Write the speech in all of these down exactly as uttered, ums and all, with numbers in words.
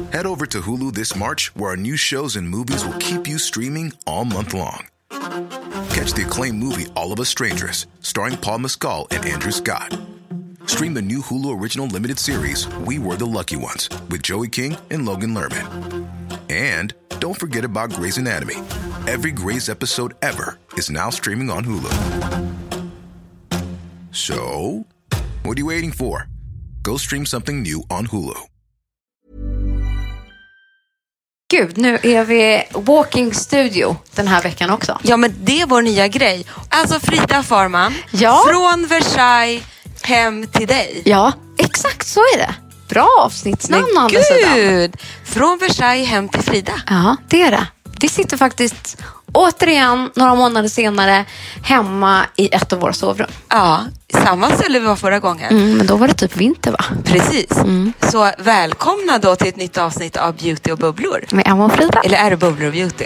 Head over to Hulu this March, where our new shows and movies will keep you streaming all month long. Catch the acclaimed movie All of Us Strangers, starring Paul Mescal and Andrew Scott. Stream the new Hulu original limited series We Were the Lucky Ones with Joey King and Logan Lerman. And don't forget about Grey's Anatomy. Every Grey's episode ever is now streaming on Hulu. So, what are you waiting for? Go stream something new on Hulu. Gud, nu är vi walking studio den här veckan också. Ja, men det är vår nya grej. Alltså Frida Farman, ja. Från Versailles hem till dig. Ja, exakt så är det. Bra avsnittsnamn. Men gud, från Versailles hem till Frida. Ja, det är det. Vi sitter faktiskt återigen några månader senare hemma i ett av våra sovrum. Ja, samma ställe vi var förra gången. Mm, men då var det typ vinter, va? Precis. Mm. Så välkomna då till ett nytt avsnitt av Beauty och bubblor. Med Emma och Frida. Eller är det bubblor och beauty?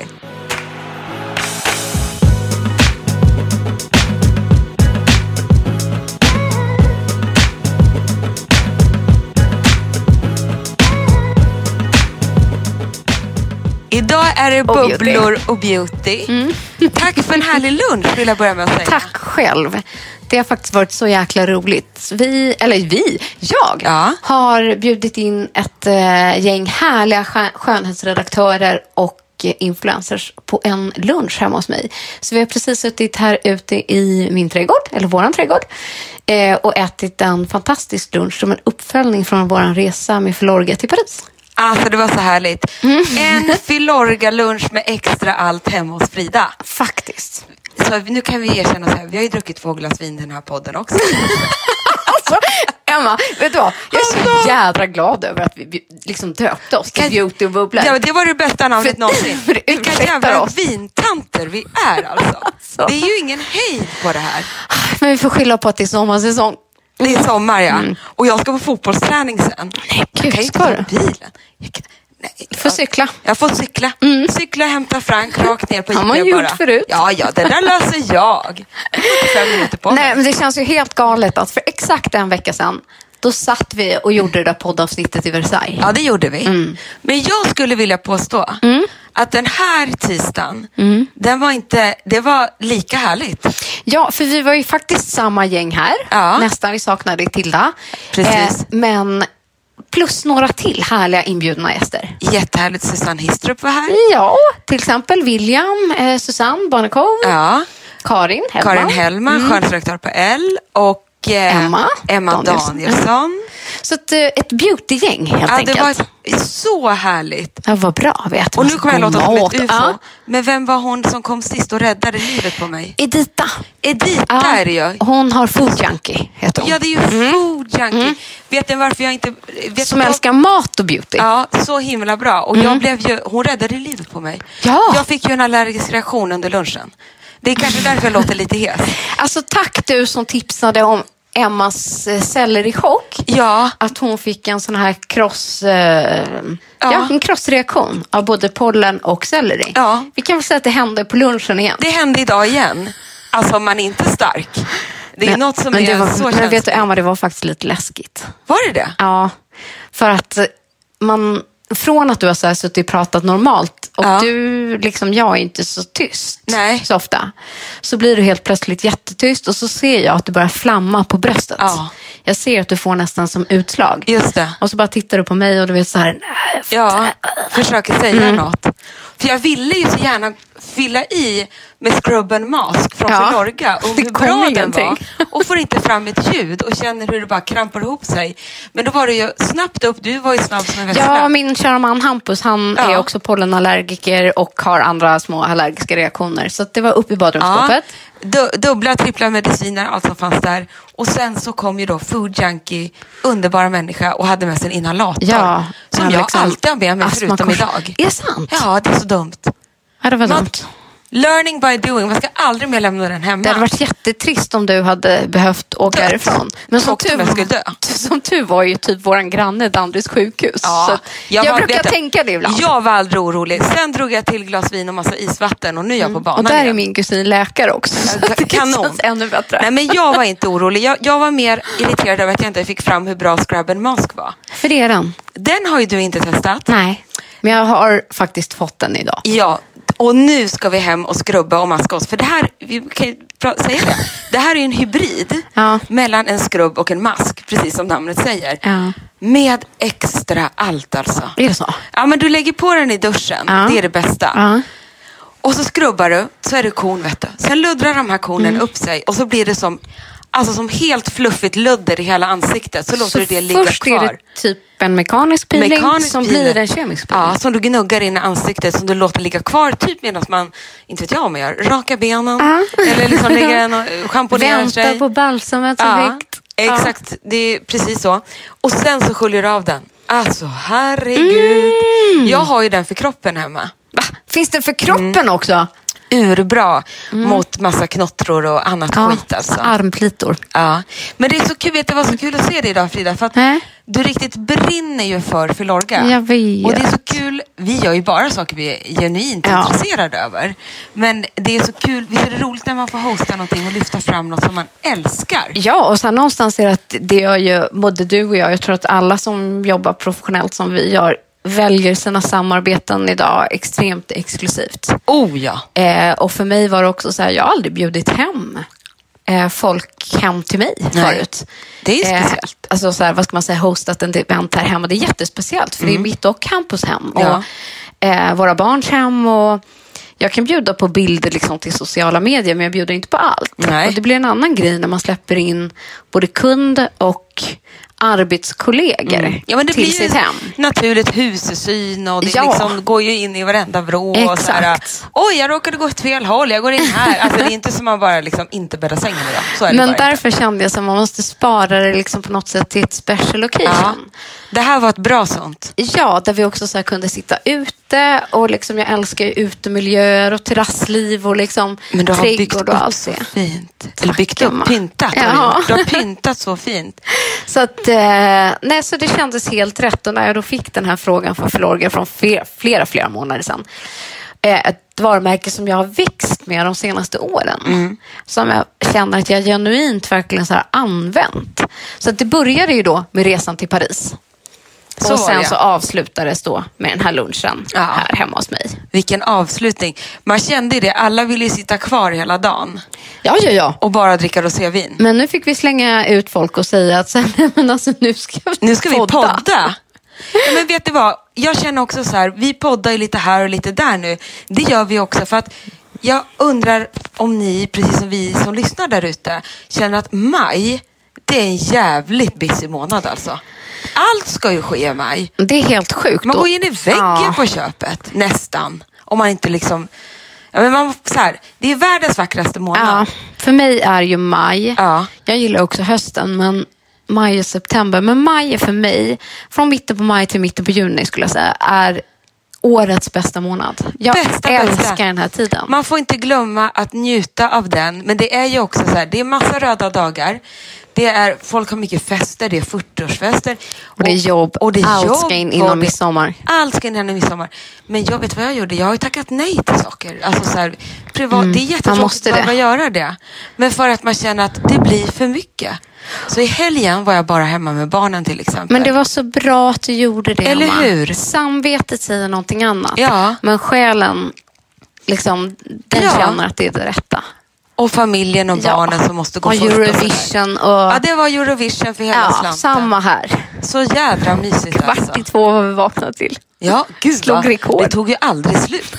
Idag är det och bubblor beauty. och beauty. Mm. Tack för en härlig lunch, vill jag börja med att säga. Tack själv. Det har faktiskt varit så jäkla roligt. Vi, eller vi, jag ja. har bjudit in ett äh, gäng härliga skön- skönhetsredaktörer och influencers på en lunch hemma hos mig. Så vi har precis suttit här ute i min trädgård, eller våran trädgård, eh, och ätit en fantastisk lunch som en uppföljning från våran resa med Filorga till Paris. Alltså det var så härligt. Mm. En Filorga-lunch med extra allt hemma hos Frida. Faktiskt. Så nu kan vi erkänna så här, vi har ju druckit två glas vin i den här podden också. Alltså, Emma, vet du vad? Jag är så alltså. jädra glad över att vi liksom döpte oss till Beauty och bubblor. Ja, det var det bästa namnet för, någonsin. För Vilka jävla oss. vintanter vi är alltså. alltså. Det är ju ingen hejd på det här. Men vi får skylla på att det är sommarsäsong. Det är sommar, ja. Mm. Och jag ska på fotbollsträning sen. Nej, jag kan ju inte ta bilen. Jag kan... Nej, du får cykla. Jag får cykla. Mm. Cykla och hämta Frank rakt ner på Ica. Har man gjort bara. förut. Ja, ja, det där löser jag. Fem minuter på Nej, men det känns ju helt galet att för exakt en vecka sedan då satt vi och gjorde det där poddavsnittet i Versailles. Ja, det gjorde vi. Mm. Men jag skulle vilja påstå mm. att den här tisdagen, mm. den var inte, det var lika härligt. Ja, för vi var ju faktiskt samma gäng här. Ja. Nästan, vi saknade Tilda. Precis. Eh, men plus några till härliga inbjudna gäster. Jättehärligt, Susanne Histrup var här. Ja, till exempel William, eh, Susanne Barnekow, ja. Karin Hellman, Karin Hellman mm. skönhetsredaktör på L och Emma, Emma Danielsson. Danielsson. Så ett, ett beautygäng helt ja, enkelt. Ja, det var så härligt. Ja, vad bra, vet. Och nu kommer jag låta som ett U F O. Ja. Men vem var hon som kom sist och räddade livet på mig? Edita. Edita ja. är det ju. Hon har Food Junkie, heter hon. Ja, det är ju mm. Food Junkie. Mm. Vet ni varför jag inte... Vet som jag... älskar mat och beauty. Ja, så himla bra. Och mm. jag blev ju... Hon räddade livet på mig. Ja. Jag fick ju en allergisk reaktion under lunchen. Det är kanske därför jag låter lite hes. Alltså tack du som tipsade om Emmas eh, sellerichock. Ja. Att hon fick en sån här kross... Eh, ja. ja, en krossreaktion av både pollen och selleri. Ja. Vi kan väl säga att det hände på lunchen igen. Det hände idag igen. Alltså man är inte stark. Det är men, något som men är det var, så men känsligt. vet du Emma, det var faktiskt lite läskigt. Var det det? Ja, för att man... Från att du har så här suttit och pratat normalt och ja. du, liksom, jag är inte så tyst Nej. så ofta. Så blir du helt plötsligt jättetyst och så ser jag att du börjar flamma på bröstet. Ja. Jag ser att du får nästan som utslag. Just det. Och så bara tittar du på mig och du vet så här... Nej, ja, försöker säga mm. något. För jag ville ju så gärna fylla i med Scrubben Mask från ja. Filorga om hur bra den var. Och får inte fram ett ljud och känner hur det bara krampar ihop sig. Men då var det ju snabbt upp. Du var ju snabb som en växla. Ja, min kära man Hampus, han ja. är också pollenallergiker och har andra små allergiska reaktioner. Så det var upp i badrumsskåpet. Ja. Du, dubbla, trippla mediciner, allt som fanns där. Och sen så kom ju då Food Junkie, underbara människa, och hade med sig en inhalator. Ja, som jag liksom alltid har med mig förutom astmakors. idag. Är det sant? Ja, det är så dumt. Ja, det var Man, dumt. Learning by doing. Man ska aldrig mer lämna den hemma. Det hade varit jättetrist om du hade behövt åka Dött. härifrån. Men som tur, jag skulle dö. som tur var ju typ våran granne Danderyds sjukhus. Ja, så jag jag var, brukar vet, tänka det ibland. Jag var aldrig orolig. Sen drog jag till glas vin och massa isvatten och nu är jag på banan. Och där igen. är min kusin läkare också. Så det Kanon. känns ännu bättre. Nej, men jag var inte orolig. Jag, jag var mer irriterad över att jag inte fick fram hur bra Scrub and Mask var. För det är den. Den har ju du inte testat. Nej, men jag har faktiskt fått den idag. Ja, och nu ska vi hem och skrubba och maska oss. För det här, vi kan ju pra- säga det. Det här är ju en hybrid Ja. mellan en skrubb och en mask. Precis som namnet säger. Ja. Med extra allt alltså. Är det så? Ja, men du lägger på den i duschen. Ja. Det är det bästa. Ja. Och så skrubbar du, så är det korn, vet du. Sen luddrar de här kornen Mm. upp sig och så blir det som, alltså som helt fluffigt ludder i hela ansiktet. Så låter Så du det ligga först kvar. är det typ en mekanisk peeling Mekanisk som peeling. blir en kemisk peeling. Ja, som du gnuggar in i ansiktet, som du låter ligga kvar typ medan man, inte vet jag om man gör, raka benen. Ja. Eller liksom lägga en och schamponera Vänta sig. på balsamet som Ja, vikt. exakt. Det är precis så. Och sen så sköljer du av den. Alltså, herregud. Mm. Jag har ju den för kroppen hemma. Va? Finns det för kroppen Mm. också? Urbra mot massa knottror och annat Ja, skit alltså. armplitor. Ja. Men det är så kul, vet du vad så kul att se dig idag, Frida? För att Nej. du riktigt brinner ju för Filorga. Jag vet. Och det är så kul, vi gör ju bara saker vi är genuint Ja. intresserade över. Men det är så kul, visst är det roligt när man får hosta någonting och lyfta fram något som man älskar? Ja, och sen någonstans är det att det gör ju både du och jag, jag tror att alla som jobbar professionellt som vi gör, väljer sina samarbeten idag extremt exklusivt. Oh ja. Eh, och för mig var det också så här, jag har aldrig bjudit hem eh, folk hem till mig Nej. förut. Det är Eh, speciellt. alltså så här, vad ska man säga, hostat en event här hemma. Det är jättespeciellt för det är mitt och campus hem. Ja. Och eh, våra barns hem och jag kan bjuda på bilder liksom till sociala medier men jag bjuder inte på allt. Nej. Och det blir en annan grej när man släpper in både kund och arbetskollegor Mm. Ja, men det till blir sitt ju hem. naturligt husesyn och det Ja. liksom går ju in i varenda vrå. Och Exakt. så här, oj, jag råkade gå åt fel håll, jag går in här. Alltså det är inte som man bara liksom inte bäddar sängen med dem. Så är det Men bara därför kände jag att man måste spara det liksom på något sätt till ett special inte. Ja. occasion. Det här var ett bra sånt. Ja, där vi också så här kunde sitta ute och liksom, jag älskar ju utemiljöer och terrassliv och liksom Men du har byggt trädgård upp och allt så det. fint. Eller byggt gumman. upp, pyntat. Ja. Har du, gjort. Du har pyntat så fint. Så att, eh, nej, så det kändes helt rätt och när jag då fick den här frågan från Filorga från flera, flera, flera månader sedan. Eh, ett varumärke som jag har växt med de senaste åren. Mm. Som jag känner att jag genuint verkligen så här använt. Så att det började ju då med resan till Paris. Så och var sen det. så avslutades då med den här lunchen Ja. här hemma hos mig. Vilken avslutning. Man kände ju det, alla ville ju sitta kvar hela dagen Ja, ja, ja. och bara dricka rosévin. Men nu fick vi slänga ut folk och säga att sen, men alltså, nu ska vi Nu ska vi podda. podda. Ja, men vet du vad? Jag känner också så här, vi poddar ju lite här och lite där nu. Det gör vi också för att jag undrar om ni, precis som vi som lyssnar där ute, känner att maj, det är en jävligt busy månad alltså. Allt ska ju ske i maj. Det är helt sjukt. Man Och- går in i väggen Ja. på köpet, nästan. Om man inte liksom... Ja, men man, så här, det är världens vackraste månad. Ja, för mig är ju maj. Ja. Jag gillar också hösten, men maj och september. Men maj är för mig, från mitten på maj till mitten på juni skulle jag säga, är årets bästa månad. Jag Bästa, älskar bästa. den här tiden. Man får inte glömma att njuta av den. Men det är ju också så här, det är massa röda dagar. Det är, folk har mycket fester, det är fyrtioårsfester. Och det är jobb. Och det är Allt jobb, ska in och innan det- midsommar. Allt ska in innan midsommar. Men jag vet vad jag gjorde. Jag har ju tackat nej till saker. Alltså så här, privat, det är man jättetråkigt måste att behöva det. göra det. Men för att man känner att det blir för mycket. Så i helgen var jag bara hemma med barnen till exempel. Men det var så bra att du gjorde det, Eller Emma. hur? Samvetet säger någonting annat. Ja. Men själen, liksom, den Ja. känner att det är det rätta. Och familjen och Ja. barnen som måste gå Och först. sådär. Eurovision och... Ja, det var Eurovision för hela Ja, slanten. samma här. Så jädra mysigt Kvart alltså. i två var vi vaknade till. Ja, gud Slog vad- rekord. Det tog ju aldrig slut.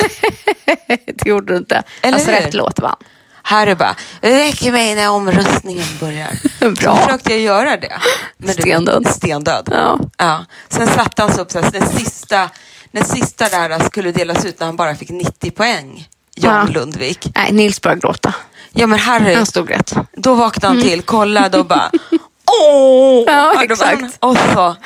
Det gjorde du inte. Eller alltså hur? rätt låt vann. Här är bara, väck mig när omröstningen börjar. Bra. Så försökte jag göra det. Men det- Stendöd. Stendöd. Ja. Ja. Sen satte han sig upp så här, den sista, den sista där skulle delas ut när han bara fick nittio poäng. Jan Ja. Lundvik. Nej, Nils började gråta. Ja men Harry, Han stod rätt. då vaknade han till, kollade och bara åh! Ja, Och då bara- exakt. Och så,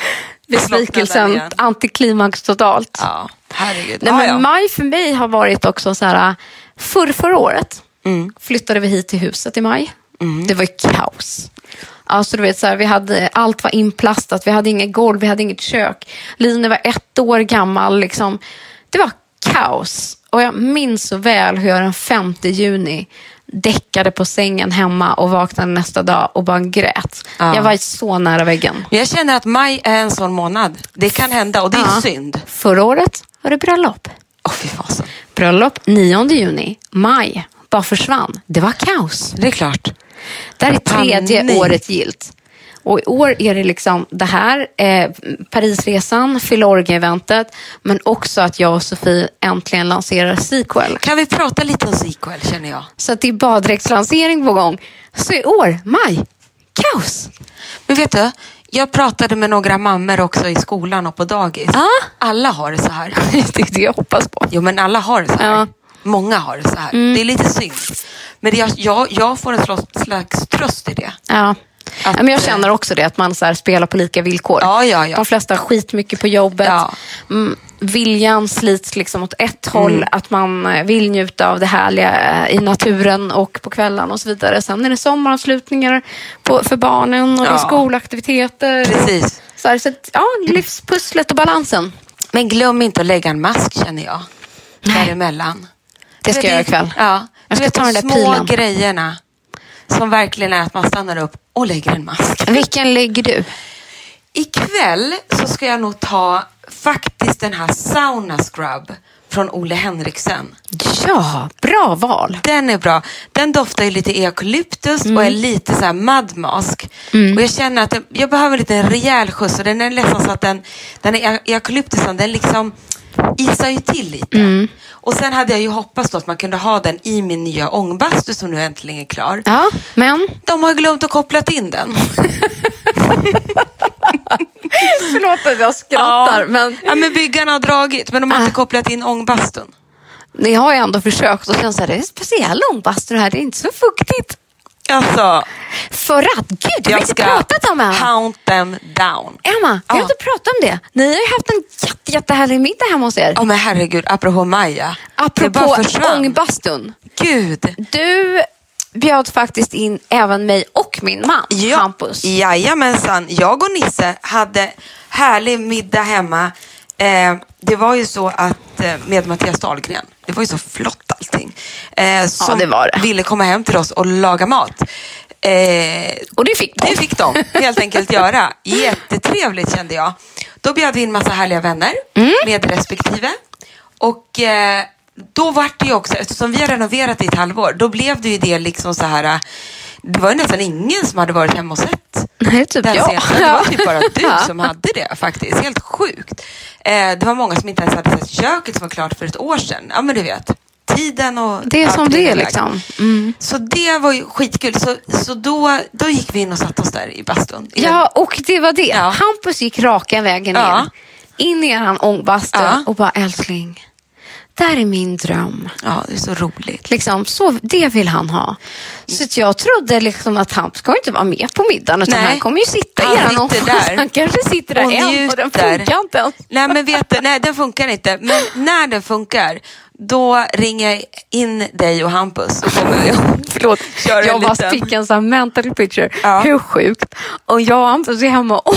besvikelsen, antiklimax totalt. Ja, herregud. Nej, ah, men ja. maj för mig har varit också så här, förr, förra året Mm. flyttade vi hit till huset i maj. Mm. Det var ju kaos. Alltså du vet så här, vi hade, allt var inplastat, vi hade inget golv, vi hade inget kök. Line var ett år gammal liksom. Det var kaos. Och jag minns så väl hur jag den femte juni däckade på sängen hemma och vaknade nästa dag och bara grät. Ja. Jag var så nära väggen. Jag känner att maj är en sån månad. Det kan hända och det är Ja. synd. Förra året var det bröllop. Åh, fy fasen. Bröllop nionde juni. Maj bara försvann. Det var kaos. Det är klart. Det här är tredje Panik. året gilt. Och i år är det liksom det här, eh, Parisresan, Filorga-eventet, men också att jag och Sofie äntligen lanserar Sequel. Kan vi prata lite om Sequel, känner jag? Så att det är baddräktslansering på gång. Så i år, maj, kaos. Men vet du, jag pratade med några mammor också i skolan och på dagis. Ja. Alla har det så här. Det är det jag hoppas på. Jo, men alla har det så här. Ja. Många har det så här. Mm. Det är lite synd. Men jag, jag, jag får en slags, slags tröst i det. Ja. Att, Ja, men jag känner också det, att man så här spelar på lika villkor. Ja, ja, ja. De flesta har skitmycket på jobbet. Ja. Mm, viljan slits liksom åt ett håll, Mm. att man eh, vill njuta av det härliga eh, i naturen och på kvällen och så vidare. Sen är det sommaravslutningar på, för barnen och Ja. det är skolaktiviteter. Precis. Så, här, så att, ja, livspusslet och balansen. Men glöm inte att lägga en mask, känner jag. Däremellan. Det ska För jag göra ikväll. Ja. Jag ska Du vet, ta den där de små pilen. grejerna som verkligen är att man stannar upp och lägger en mask. Vilken lägger du? Ikväll så ska jag nog ta faktiskt den här Sauna Scrub från Ole Henriksen. Ja, bra val. Den är bra. Den doftar ju lite eukalyptus och är lite så här mudmask. Och jag känner att den, jag behöver lite en rejäl skjuts. Och den är nästan så att den, den är eukalyptusen, den liksom isar ju till lite. Och sen hade jag ju hoppats då att man kunde ha den i min nya ångbastu som nu äntligen är klar. Ja, men... De har ju glömt att koppla in den. Förlåt att jag skrattar, men... Ja, men byggarna har dragit, men de har inte kopplat in ångbastun. Ni har ju ändå försökt och sen så här, det är en speciell ångbastu här, det är inte så fuktigt. Alltså, För att, gud, vi har jag inte ska pratat om det. count them down. Emma, vi har Ja. inte pratat om det. Ni har ju haft en jätte, jättehärlig middag hemma hos er. Åh, men herregud, apropå Maja. Det Apropå bara försvann. ångbastun. Gud. Du bjöd faktiskt in även mig och min man, Ja. Hampus. Jajamensan. Jag och Nisse hade härlig middag hemma. Eh, det var ju så att eh, med Mattias Dahlgren. Det var ju så flott allting. Eh, som det var det. ville komma hem till oss och laga mat. Eh, Och det fick de. Det fick de helt enkelt göra. Jättetrevligt kände jag. Då bjöd vi in massa härliga vänner Mm. med respektive. Och eh, då var det ju också, eftersom vi har renoverat i ett halvår, då blev det ju det liksom så här. Det var ju nästan ingen som hade varit hemma och sett Nej, typ den jag. scenen. Det var typ bara du Ja. som hade det faktiskt. Helt sjukt. Eh, det var många som inte ens hade sett köket som var klart för ett år sedan. Ja, men du vet. Tiden och... Det är allt som det är iväg. liksom. Mm. Så det var ju skitkul. Så, så då, då gick vi in och satte oss där i bastun. I den- Ja, och det var det. Ja. Hampus gick raka vägen Ja. in. In i eran ångbastu Ja. och bara, älskling, där är min dröm. Ja, det är så roligt. Liksom, så, det vill han ha. Så att jag trodde liksom att han ska inte vara med på middagen, utan Nej. han kommer ju sitta Han i eran sitter ångbastu. där. Han kanske sitter där Och än och den njuter. funkar inte ens. Nej, men vet du, nej, den funkar inte. Men när den funkar, då ringer jag in dig och Hampus. Och kommer jag, Förlåt, Kör en jag bara liten. fick en sån här mental picture. Ja. Hur sjukt. Och jag och Hampus är hemma och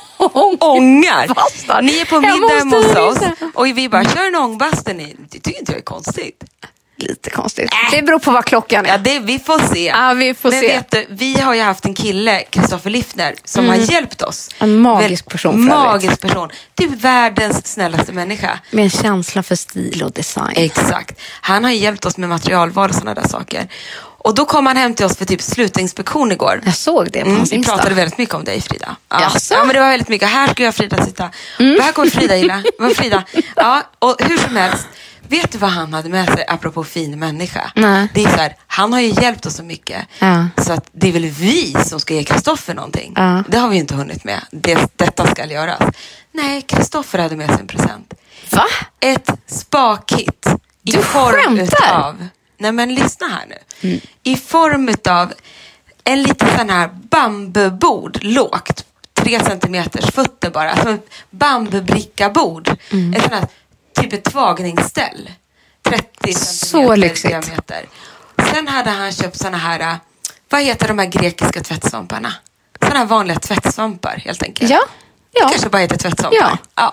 ångar. Fastar. Ni är på Hemma middag hemma hos hos dig, oss. så. Och vi bara, kör en ångbastu ni. Det tycker inte jag är konstigt. Lite konstigt. Det beror på vad klockan är. Ja, det, vi får se. Ja, vi får Men se. vet du, vi har ju haft en kille, Kristoffer Liffner, som har hjälpt oss. En magisk Väl- person för övrigt. Magisk person. Det är världens snällaste människa. Med en känsla för stil och design. Exakt. Han har ju hjälpt oss med materialval och sådana där saker. Och då kom han hem till oss för typ slutinspektion igår. Jag såg det på Mm, hans vi Insta. pratade väldigt mycket om dig, Frida. Ja. Jaså? ja, men det var väldigt mycket. Här ska jag och Frida sitta. Och här kommer Frida gilla. Men Frida, ja, och hur som helst. Vet du vad han hade med sig apropå fin människa? Nej. Det är så här, han har ju hjälpt oss så mycket. Ja. Så att det är väl vi som ska ge Kristoffer någonting. Ja. Det har vi ju inte hunnit med. Det, detta ska göras. Nej, Kristoffer hade med sig en present. Va? Ett spa-kit. I Du form skämtar? utav... Nej, men lyssna här nu. I form utav en liten sån här bambubord, lågt, tre centimeters fötter bara. Alltså ett bambubrickabord. Mm. Ett sånt här, typ ett tvagningsställ. trettio centimeter diameter. Sen hade han köpt såna här, vad heter de här grekiska tvättsvamparna? Såna här vanliga tvättsvampar helt enkelt. Ja. ja. Kanske bara heter tvättsvampar. Ja. Ja.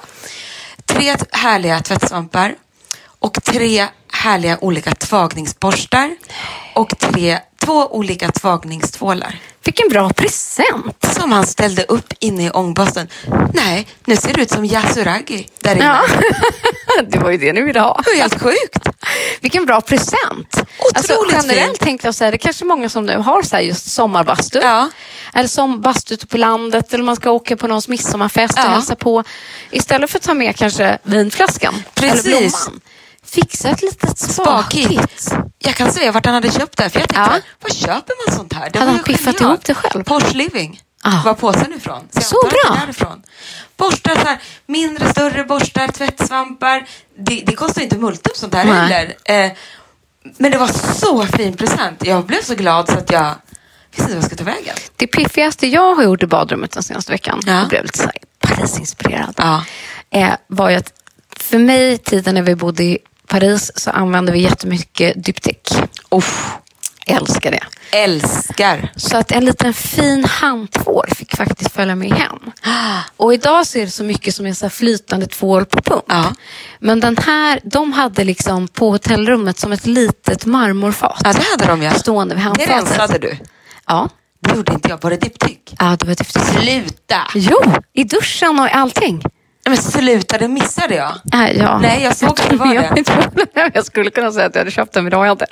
Tre härliga tvättsvampar. Och tre härliga olika tvagningsborstar. Och tre, två olika tvagningstvålar. Vilken bra present. Som han ställde upp inne i ångbossen. Nej, nu ser det ut som Yasuragi där inne. Ja. Det var ju det ni ville ha. Det var helt sjukt. Vilken bra present. Otroligt alltså, generellt fint. tänkte jag säga, det är kanske många som nu har så här just sommarbastu. Ja. Eller som bastu ute på landet. Eller man ska åka på någons midsommarfest och ja. hälsa på. Istället för att ta med kanske vinflaskan. Precis. Eller blomman. Fixa ett litet spa-kit. Jag kan säga vart han hade köpt det. För jag tänkte, ja. vad köper man sånt här? Det hade han piffat ihop det själv? Porsche Living. Ah. Var påsen ifrån. Så, så bra. Borstar, så här, mindre, större borstar, tvättsvampar. Det, det kostar inte multum sånt här Nej. heller. Eh, men det var så fin present. Jag blev så glad så att jag visste inte vad jag ska ta vägen. Det piffigaste jag har gjort i badrummet den senaste veckan, ja. jag blev lite så här Paris-inspirerad, ja. eh, var ju att för mig, tiden när vi bodde i Paris, så använde vi jättemycket dyptik. Uff. Älskar det. Älskar. Så att en liten fin handtvål fick faktiskt följa med hem. Och idag så är det så mycket som är så här flytande tvål på pump. Ja. Men den här, de hade liksom på hotellrummet som ett litet marmorfat. Ja, det hade de, ja. Stående vid handfatet. Det rensade du? Ja. Det gjorde inte jag. Var det diptyk? Ja, det var diptyk. Sluta! Jo, i duschen och allting. Men sluta, det missade jag. Äh, ja. Nej, jag såg att det var jag, det. Jag skulle kunna säga att jag hade köpt den, men det har jag inte.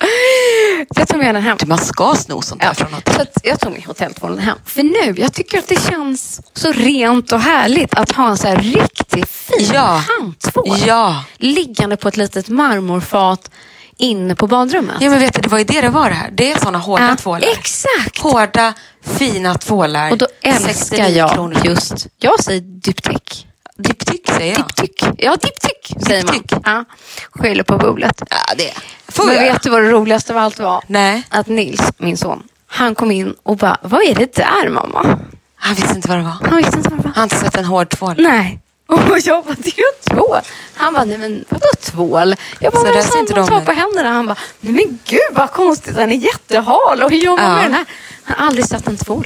Jag tog med den hem. Man ska sno sånt där ja, från hotell. Så att jag tog med hotelltvålen hem. För nu, jag tycker att det känns så rent och härligt att ha en så här riktigt fin ja. handtvål. Ja. Liggande på ett litet marmorfat inne på badrummet. Ja, men vet du, det var ju det det var det här. Det är såna hårda ja, tvålar. Exakt. Hårda, fina tvålar. Och då älskar jag kronor. just, jag säger dyptyk. Diptyk säger jag. Diptyk. Ja, diptyk säger man. Ja. Skyller på bubblet. Ja, det får Men jag. vet du vad det roligaste av allt var? Nej. Att Nils, min son, han kom in och bara, vad är det där, mamma? Han visste inte vad det var. Han visste inte vad det var. Han har inte sett en hård tvål. Nej. Och jag bara, det är ju tvål. Han bara, nej men vadå tvål? Jag bara, Så vad där är ser det inte man de tar ut. på händerna? Han bara, nej men gud vad konstigt, den är jättehal. Och hur gör man Ja. med den här? Han har aldrig sett en tvål.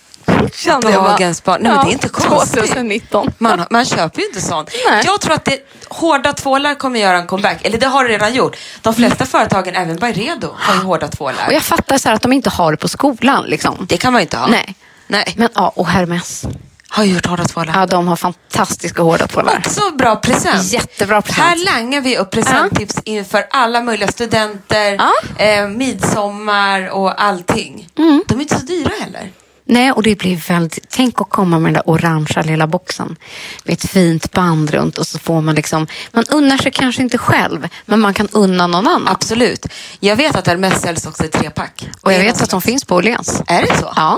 Kände jag bara, Dagens barn. Nej, men det är inte konstigt. tjugonitton. Man, man köper ju inte sånt. Nej. Jag tror att det, hårda tvålar kommer göra en comeback. Eller det har det redan gjort. De flesta företagen, även Byredo, har ju hårda tvålar. Och jag fattar så här att de inte har det på skolan. Liksom. Det kan man ju inte ha. Nej. Nej. Men ja, och Hermes. Har ju gjort hårda tvålar. Ja, de har fantastiska hårda tvålar. Också bra present. Jättebra present. Här langar vi upp presenttips ja. inför alla möjliga studenter, ja. eh, midsommar och allting. Mm. De är inte så dyra heller. Nej, och det blir väldigt... Tänk att komma med den där orangea lilla boxen med ett fint band runt och så får man liksom... Man unnar sig kanske inte själv, men man kan unna någon annan. Absolut. Jag vet att Hermes säljs också i trepack. Och jag vet att de finns på Åhléns. Är det så? Ja.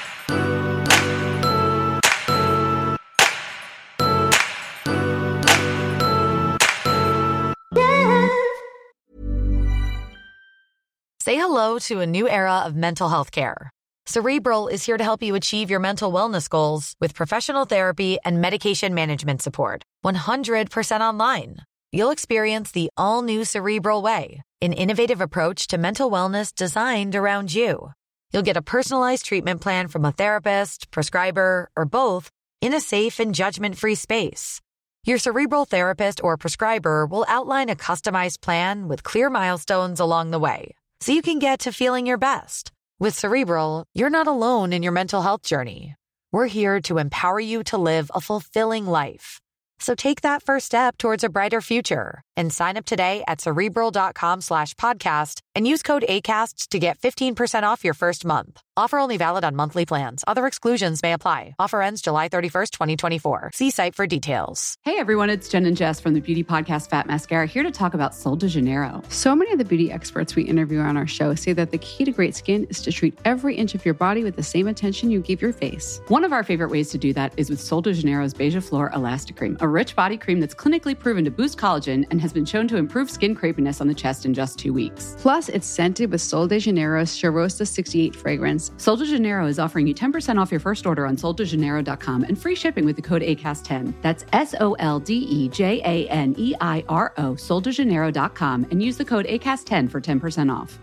Say hello to a new era of mental health care. Cerebral is here to help you achieve your mental wellness goals with professional therapy and medication management support. one hundred percent online. You'll experience the all-new Cerebral Way, an innovative approach to mental wellness designed around you. You'll get a personalized treatment plan from a therapist, prescriber, or both in a safe and judgment-free space. Your Cerebral therapist or prescriber will outline a customized plan with clear milestones along the way, so you can get to feeling your best. With Cerebral, you're not alone in your mental health journey. We're here to empower you to live a fulfilling life. So take that first step towards a brighter future and sign up today at Cerebral.com slash podcast and use code ACAST to get fifteen percent off your first month. Offer only valid on monthly plans. Other exclusions may apply. Offer ends July thirty-first, twenty twenty-four. See site for details. Hey everyone, it's Jen and Jess from the beauty podcast Fat Mascara here to talk about Sol de Janeiro. So many of the beauty experts we interview on our show say that the key to great skin is to treat every inch of your body with the same attention you give your face. One of our favorite ways to do that is with Sol de Janeiro's Beija Flor Elastic Cream, a rich body cream that's clinically proven to boost collagen and has has been shown to improve skin crepiness on the chest in just two weeks. Plus, it's scented with Sol de Janeiro's Charosta sixty-eight fragrance. Sol de Janeiro is offering you ten percent off your first order on sol de janeiro dot com and free shipping with the code A C A S T ten. That's S O L D E J A N E I R O, sol de janeiro dot com, and use the code A C A S T ten for ten percent off.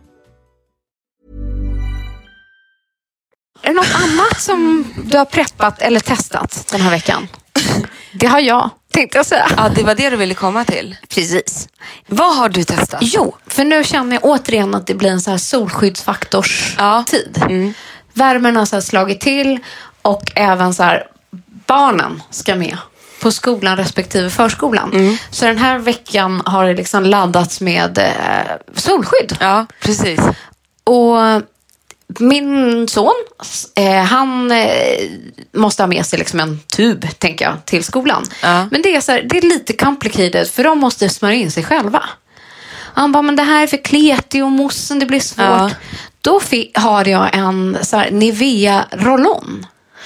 Är det något annat som du har preppat eller testat den här veckan? Det har jag, tänkte jag säga. Ja, det var det du ville komma till. Precis. Vad har du testat? Jo, för nu känner jag återigen att det blir en så här solskyddsfaktors Ja. tid. Mm. Värmen har så här slagit till och även så här barnen ska med på skolan respektive förskolan. Mm. Så den här veckan har det liksom laddats med eh, solskydd. Ja, precis. Och min son, eh, han eh, måste ha med sig liksom en tub, tänker jag, till skolan. Ja. Men det är, så här, det är lite complicated, för de måste smörja in sig själva. Han bara, men det här är för kletigt och mossen, det blir svårt. Ja. Då fi- har jag en så här, Nivea roll-on.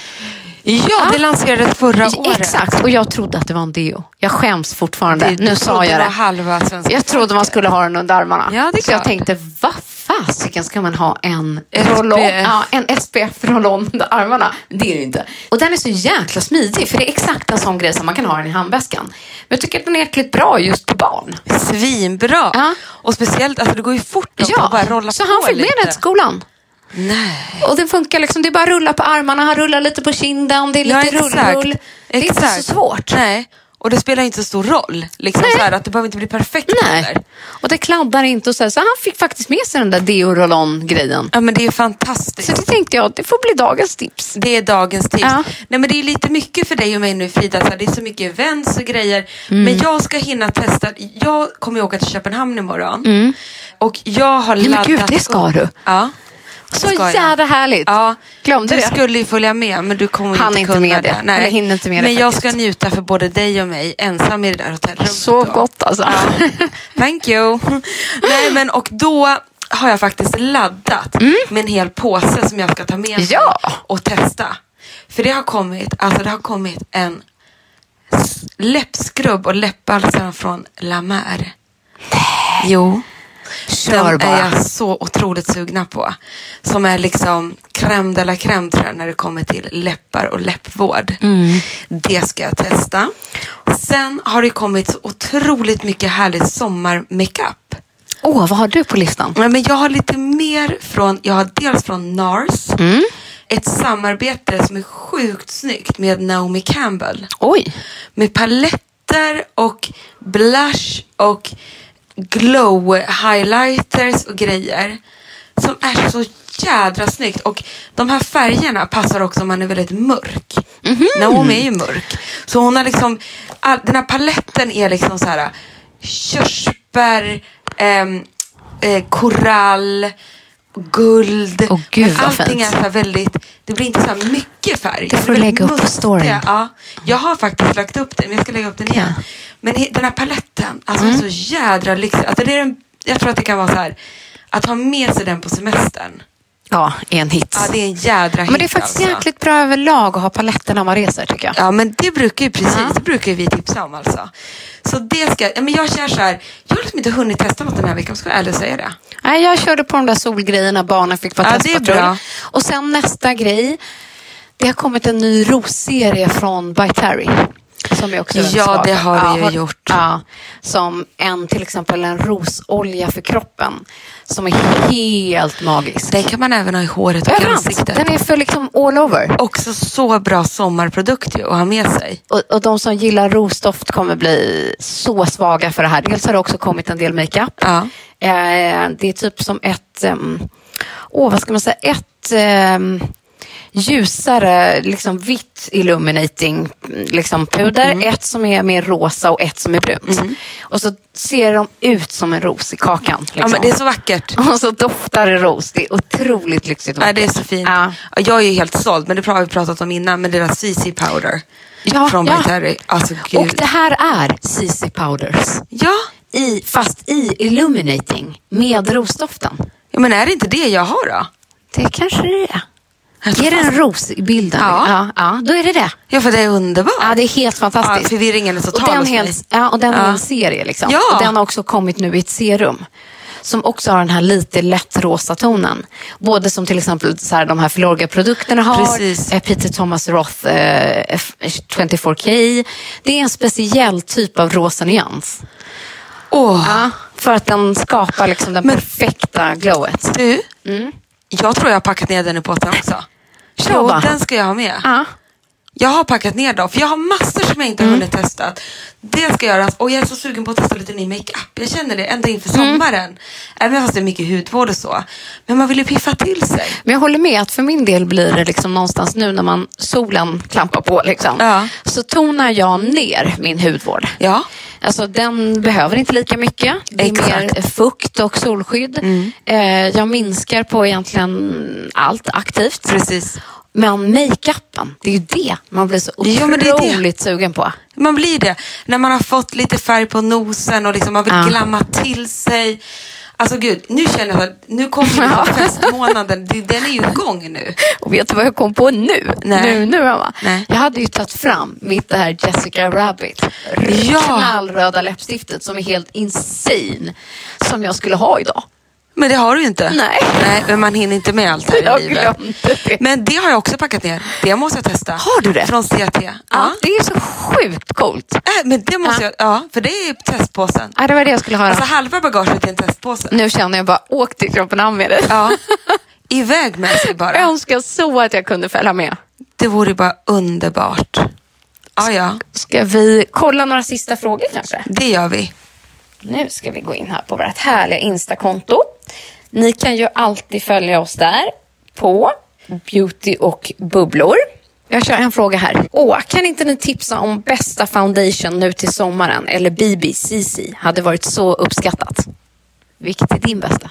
Ja, det lanserades förra året. Exakt, och jag trodde att det var en deo. Jag skäms fortfarande. Det, nu sa jag det. det. Halva svenska Jag trodde man skulle ha den under armarna. Ja, det är så jag klart. tänkte, vad fasiken ska man ha en S P F. roll-on, ja, en S P F-roll-on under armarna? Det är det inte. Och den är så jäkla smidig, för det är exakt en sån grej som man kan ha den i handväskan. Men jag tycker att den är jäkligt bra just på barn. Svinbra. Ja. Och speciellt, alltså det går ju fort också Ja, att bara rolla så på han fick med lite. den till skolan. Nej. Och den funkar liksom, det är bara att rulla på armarna, han rullar lite på kinden, det är lite Ja, exakt. rull-rull. Det är Exakt. inte så svårt. Nej. Och det spelar inte så stor roll. Liksom så här, att det behöver inte bli perfekt Nej. heller. Och det kladdar inte och så, här. Så han fick faktiskt med sig den där deo-roll-on-grejen. Ja, men det är fantastiskt. Så det tänkte jag, det får bli dagens tips. Det är dagens tips. Ja. Nej, men det är lite mycket för dig och mig nu, Frida. Så här, det är så mycket events och grejer. Mm. Men jag ska hinna testa. Jag kommer ju åka till Köpenhamn imorgon. Och jag har Mm. men laddat gud, det ska upp. du. Ja. Så ska jag. jävla härligt. Ja, Glömde du det. skulle ju följa med, men du kommer Han inte är inte kunna med det. Nej. Eller hinner inte med det Men jag ska faktiskt. njuta för både dig och mig ensam i det där hotellrummet. Sov då. gott alltså. Ja. Thank you. Nej, men och då har jag faktiskt laddat med en hel påse som jag ska ta med mig Mm. Ja. och testa. För det har kommit, alltså det har kommit en s- läppskrubb och läppbalsam från La Mer. Jo. Kör Den bara. är jag så otroligt sugna på. Som är liksom crème de la crème, tror jag, när det kommer till läppar och läppvård. Mm. Det ska jag testa. Sen har det kommit så otroligt mycket härlig sommarmakeup. Åh, vad har du på listan? Ja, men jag har lite mer från, jag har dels från NARS. Mm. Ett samarbete som är sjukt snyggt med Naomi Campbell. Oj. Med paletter och blush och glow highlighters och grejer som är så jädra snyggt. Och de här färgerna passar också om man är väldigt mörk. Mhm. Naomi är ju mörk. Så hon har liksom, all, den här paletten är liksom så här körsbär, ehm, eh, korall, guld. Åh, gud, Men vad allting fint. är så här väldigt, det blir inte så här mycket färg. Det får du är väldigt lägga upp på mustiga. storyn. Ja, jag har faktiskt lagt upp den, men jag ska lägga upp den igen. Men he- den här paletten, alltså Mm. så jädra lyxig. Alltså det är en, jag tror att det kan vara så här, att ha med sig den på semestern. Ja, en hit. Ja, det är en jädra hit. Men det är faktiskt alltså. jäkligt bra överlag att ha paletter när man reser, tycker jag. Ja, men det brukar ju precis, Ja. det brukar ju vi tipsa om alltså. Så det ska, ja, men jag känner så här, jag har liksom inte hunnit testa något den här veckan, ska jag ärligt säga det. Nej, jag körde på de där solgrejerna, barnen fick vara Ja, det är testpatrull. bra. Och sen nästa grej, det har kommit en ny rosserie från By Terry. Som jag också är väldigt Ja, svag det för. har vi ju gjort. Ja, som en, till exempel en rosolja för kroppen. Som är helt magisk. Den kan man även ha i håret och Överallt. ansiktet. Den är för liksom all over. Också så bra sommarprodukt ju att ha med sig. Och, och de som gillar rosdoft kommer bli så svaga för det här. Dels har det också kommit en del makeup. Ja. Eh, det är typ som ett, um, åh, vad ska man säga, ett um, ljusare, liksom vitt illuminating liksom puder. Mm. Ett som är mer rosa och ett som är brunt. Och så ser de ut som en ros i kakan. Liksom. Ja, men det är så vackert. Och så doftar det ros. Det är otroligt lyxigt. och Ja, det är vackert. så fint. Ja. Ja, jag är ju helt såld, men det har vi pratat om innan, med deras C C powder. Ja, från ja. By Terry. Alltså gud. Och det här är C C Powders. Ja. I, fast i illuminating med rosdoften. ja, men är det inte det jag har då? Det kanske det är. Är det en ros i bilden? Ja. Ja, ja, då är det det. Ja, för det är underbart. Ja, det är helt fantastiskt. Ja, förvirringen är så och total den hos mig. helt, ja, och den är Ja. en serie liksom. Ja. Och den har också kommit nu i ett serum. Som också har den här lite lätt rosa tonen. Både som till exempel så här, de här Filorga-produkterna har. Precis. Eh, Peter Thomas Roth eh, F- tjugofyra K. Det är en speciell typ av rosa nyans. Åh, Ja, för att den skapar liksom den Men- perfekta glowet. du. Mm. Jag tror jag har packat ner den i påsen också. Jo, Prova. den ska jag ha med. Ja. Jag har packat ner dem, för jag har massor som jag inte har hunnit testa. Det ska göras, och jag är så sugen på att testa lite ny makeup. Jag känner det ända inför sommaren. Även fast det är mycket hudvård och så. Men man vill ju piffa till sig. Men jag håller med att för min del blir det liksom någonstans nu när man solen klampar på liksom, Ja. så tonar jag ner min hudvård. Ja. Alltså den behöver inte lika mycket. Det är Exakt. mer fukt och solskydd. Mm. Eh, jag minskar på egentligen allt aktivt. Precis. Men makeupen, det är ju det man blir så Ja, men det är det. otroligt sugen på. Man blir det. När man har fått lite färg på nosen och liksom man vill Ja. glamma till sig. Alltså gud, nu känner jag att nu kommer Ja. den festmånaden. Det- Den är ju igång nu. Och vet du vad jag kom på nu? Nej. Nu, nu Emma. Nej. Jag hade ju tagit fram mitt det här Jessica Rabbit. Ja. Knallröda läppstiftet som är helt insane. Som jag skulle ha idag. Men det har du ju inte. Nej. Nej, men man hinner inte med allt här Jag i livet. glömde det. Men det har jag också packat ner. Det måste jag testa. Har du det? Från C T. Ja. Ja, det är så sjukt coolt. Äh, men det måste Ja. jag, ja, för det är ju testpåsen. Ja, det var det jag skulle ha. Alltså halva bagaget är en testpåse. Nu känner jag bara, åk till Köpenhamn med det. Ja. Iväg med sig bara. Jag önskar så att jag kunde följa med. Det vore bara underbart. Ja, ja. Ska vi kolla några sista frågor kanske? Det gör vi. Nu ska vi gå in här på vårt härliga Insta-konto. Ni kan ju alltid följa oss där på Beauty och bubblor. Jag kör en fråga här. Åh, kan inte ni tipsa om bästa foundation nu till sommaren? Eller B B C C hade varit så uppskattat. Vilket är din bästa?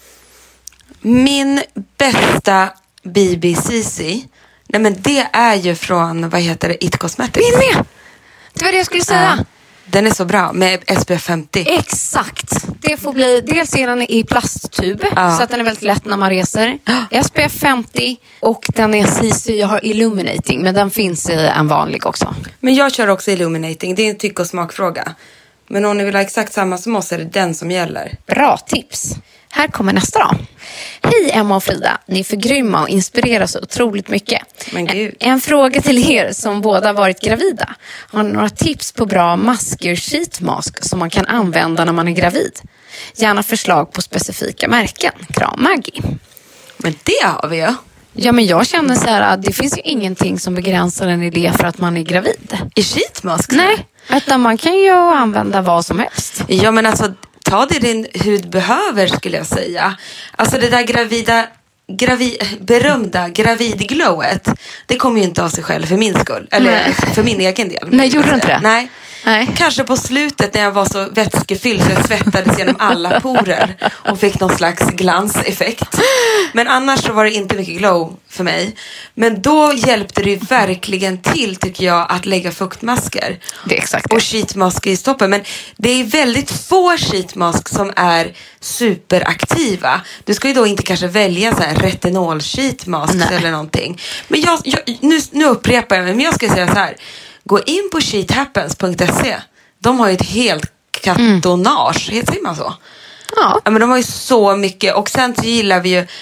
Min bästa B B C C, nej men det är ju från, vad heter det, It Cosmetics. Min med! Det var det jag skulle säga. Ja. Den är så bra med S P F femtio. Exakt. Det får bli, dels är den i plasttub Ja. så att den är väldigt lätt när man reser. S P F femtio och den är C C, jag har illuminating men den finns i en vanlig också. Men jag kör också illuminating, det är en tyck- och smakfråga. Men om ni vill ha exakt samma som oss är det den som gäller. Bra tips. Här kommer nästa då. Hej Emma och Frida, ni är för grymma och inspirerar så otroligt mycket. Men gud. En, en fråga till er som båda varit gravida. Har ni några tips på bra masker sheet mask som man kan använda när man är gravid? Gärna förslag på specifika märken. Kram Maggie. Men det har vi ju. Ja, men jag känner så här att det finns ju ingenting som begränsar en idé för att man är gravid. I sheetmask? Nej, utan man kan ju använda vad som helst. Ja, men alltså ta det din hud behöver skulle jag säga. Alltså det där gravida, gravi, berömda gravidglowet, det kommer ju inte av sig själv för min skull. Eller Nej. för min egen del. Nej, gjorde du inte det? Nej. Nej. Kanske på slutet när jag var så vätskefylld så jag svettades genom alla porer och fick någon slags glanseffekt. Men annars så var det inte mycket glow för mig. Men då hjälpte det ju verkligen till tycker jag att lägga fuktmasker. Det är exakt det. Och sheetmask i stoppen. Men det är väldigt få sheetmask som är superaktiva. Du ska ju då inte kanske välja så här retinol sheetmask eller någonting. Men jag, jag, nu, nu upprepar jag mig, men jag ska säga så här. Gå in på sheethappens punkt se. De har ju ett helt katonage. Mm. Säger man så? Ja. Ja, men de har ju så mycket. Och sen så gillar vi ju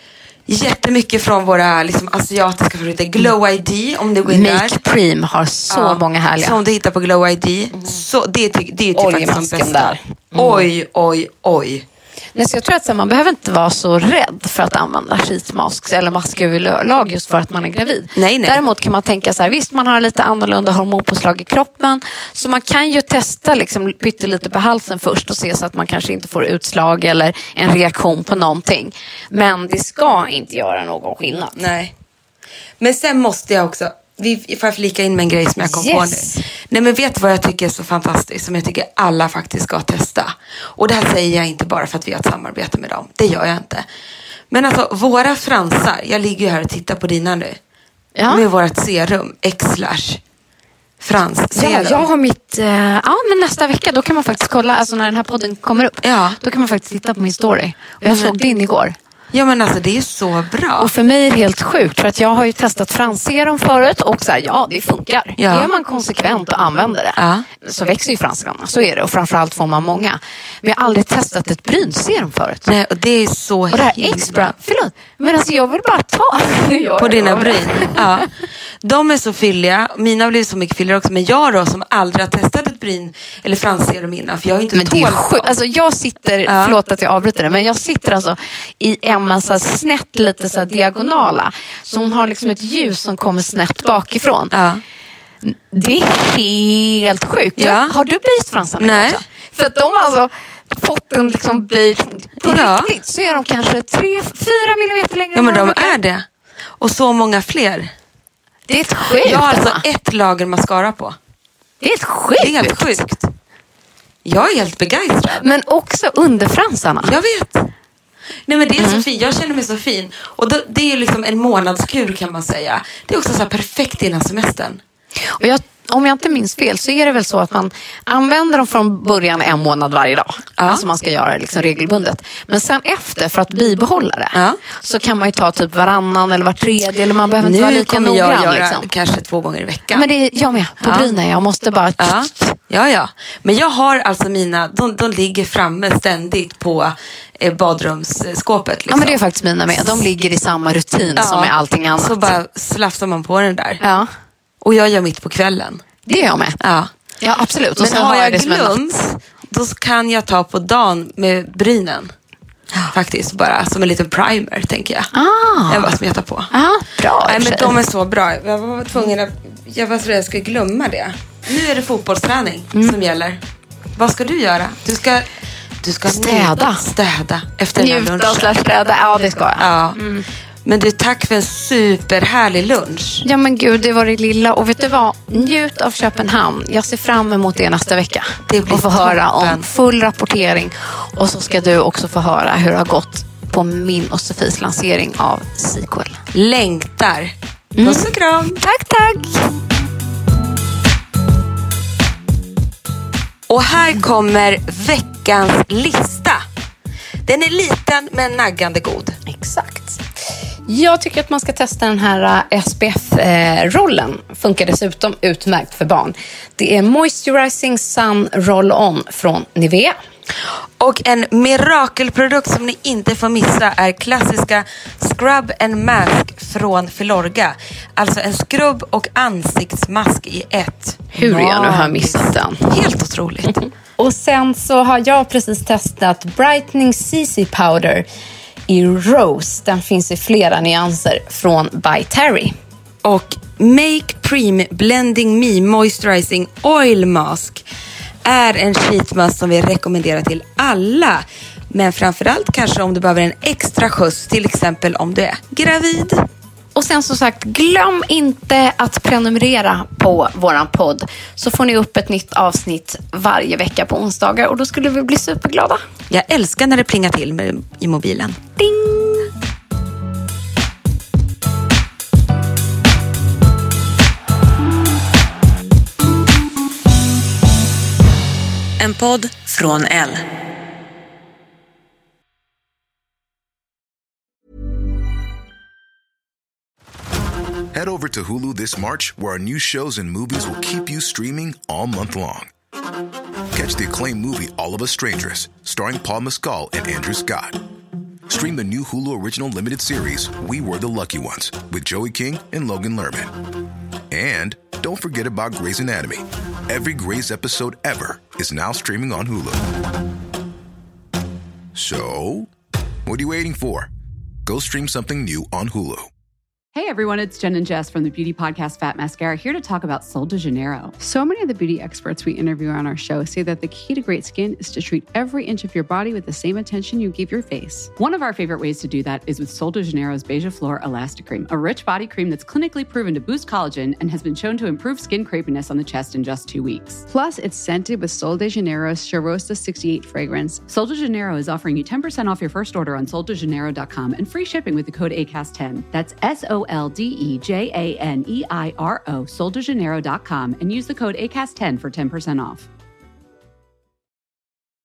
jättemycket från våra liksom, asiatiska favoriter. Glow I D, om du går in Make där. Preem har så Ja, många härliga. Som du hittar på Glow I D. Mm. Så det, är, det är ju typ faktiskt de Oljemasken bästa. där. Mm. Oj, oj, oj. Nej, så jag tror att så här, man behöver inte vara så rädd för att använda sheetmasks eller masker överlag just för att man är gravid. Nej, nej. Däremot kan man tänka så här, visst man har lite annorlunda hormonpåslag i kroppen, så man kan ju testa liksom pyttelite på halsen först och se så att man kanske inte får utslag eller en reaktion på någonting. Men det ska inte göra någon skillnad. Nej. Men sen måste jag också, vi får flika in med en grej som jag kom Yes. på nu. Nej, men vet du vad jag tycker är så fantastiskt, som jag tycker alla faktiskt ska testa. Och det här säger jag inte bara för att vi har ett samarbete med dem. Det gör jag inte. Men alltså, våra fransar, jag ligger ju här och tittar på dina nu. Ja. Med vårt serum, X-slash frans Ja, serum. jag har mitt, eh, ja men nästa vecka då kan man faktiskt kolla, alltså när den här podden kommer upp, Ja. då kan man faktiskt titta på min story. Och jag såg din igår. Ja, men alltså det är så bra. Och för mig är det helt sjukt, för att jag har ju testat fransserum förut och så här, ja, det funkar. Ja. Är man konsekvent och använder det Ja. så växer ju fransarna, så är det. Och framförallt får man många. Men jag har aldrig testat ett brynserum förut. Nej, och det är så Och det här himla extra, förlåt, men alltså jag vill bara ta på dina bryn. Ja. De är så fylliga. Mina blir så mycket fylligare också. Men jag då, som aldrig har testat ett bryn eller fransserum innan, för jag har inte Men det är tålt sjukt. dem. Alltså jag sitter, Ja. förlåt att jag avbryter det, men jag sitter alltså i en massa snett, lite så här diagonala. Så hon har liksom ett ljus som kommer snett bakifrån. Ja. Det är helt sjukt. Ja. Har du böjt fransarna? Nej. Också? För att de har alltså fått en liksom böjd på Ja. riktigt. Så är de kanske tre, fyra millimeter längre. Ja, men än vad de brukar. är det. Och så många fler. Det är helt sjukt. Jag har alltså Emma. ett lager mascara på. Det är helt sjukt. Det är helt sjukt. Jag är helt begeistrad. Men också under fransarna. Jag vet. Nej, men det är så fint. Jag känner mig så fin. Och då, det är liksom en månadskur, kan man säga. Det är också så här perfekt innan semestern. Och jag, om jag inte minns fel så är det väl så att man använder dem från början en månad varje dag. Ja. Alltså man ska göra det liksom regelbundet. Men sen efter, för att bibehålla det, Ja. så kan man ju ta typ varannan eller var tredje, eller man behöver inte vara Nu lika kommer jag noggrann. göra Liksom. kanske två gånger i veckan. Men det är jag med, på Ja. brynen. Jag måste bara... Ja, ja, ja. Men jag har alltså mina, de, de ligger framme ständigt på eh, badrumsskåpet. Liksom. Ja, men det är faktiskt mina med. De ligger i samma rutin Ja. som med allting annat. Så bara slafsar man på den där. Ja, Och jag gör mitt på kvällen. det gör jag med. Ja. Ja, absolut. Och Men sen har jag det som en natt. glömt, då kan jag ta på dagen med brynen. Faktiskt, bara som en liten primer, tänker jag. Ah. Jag bara smetar på. Ja, bra. Nej, i och för men sig. de är så bra. Jag var tvungen att... Jag var så rädd jag skulle glömma det. Nu är det fotbollsträning Mm. som gäller. Vad ska du göra? Du ska... Du ska Städa. njuta- Städa efter den här Njuta och lunchen. slash städa. Ja, det ska jag. Ja. Men du, tack för en superhärlig lunch. Ja, men gud, det var det lilla. Och vet du vad? Njut av Köpenhamn. Jag ser fram emot det nästa vecka. Det blir och få höra om toppen. full rapportering. Och så ska du också få höra hur det har gått på min och Sofies lansering av Sequel. Längtar. Puss och kram. Tack, tack! Och här kommer veckans lista. Den är liten men naggande god. Exakt. Jag tycker att man ska testa den här S P F-rollen. Funkar dessutom utmärkt för barn. Det är Moisturizing Sun Roll-On från Nivea. Och en mirakelprodukt som ni inte får missa är klassiska Scrub and Mask från Filorga. Alltså en skrubb och ansiktsmask i ett. Hur jag nu har missat den. Helt otroligt. Och sen så har jag precis testat Brightening C C Powder i Rose. Den finns i flera nyanser från By Terry. Och Make Prem Blending Me Moisturizing Oil Mask är en sheetmask som vi rekommenderar till alla. Men framförallt kanske om du behöver en extra skjuts, till exempel om du är gravid. Och sen som sagt, glöm inte att prenumerera på våran podd. Så får ni upp ett nytt avsnitt varje vecka på onsdagar. Och då skulle vi bli superglada. Jag älskar när det plingar till med, i mobilen. Ding! En podd från Elle. Head over to Hulu this March, where our new shows and movies will keep you streaming all month long. Catch the acclaimed movie All of Us Strangers, starring Paul Mescal and Andrew Scott. Stream the new Hulu original limited series We Were the Lucky Ones with Joey King and Logan Lerman. And don't forget about Grey's Anatomy. Every Grey's episode ever is now streaming on Hulu. So, what are you waiting for? Go stream something new on Hulu. Hey everyone, it's Jen and Jess from the beauty podcast Fat Mascara here to talk about Sol de Janeiro. So many of the beauty experts we interview on our show say that the key to great skin is to treat every inch of your body with the same attention you give your face. One of our favorite ways to do that is with Sol de Janeiro's Beija Flor Elastic Cream, a rich body cream that's clinically proven to boost collagen and has been shown to improve skin crepiness on the chest in just two weeks. Plus, it's scented with Sol de Janeiro's Charosta sixty-eight fragrance. Sol de Janeiro is offering you ten percent off your first order on sol de janeiro dot com and free shipping with the code A C A S ten. That's S O L D E J A N E I R O, sol de janeiro dot com, and use the code A C A S ten for ten percent off.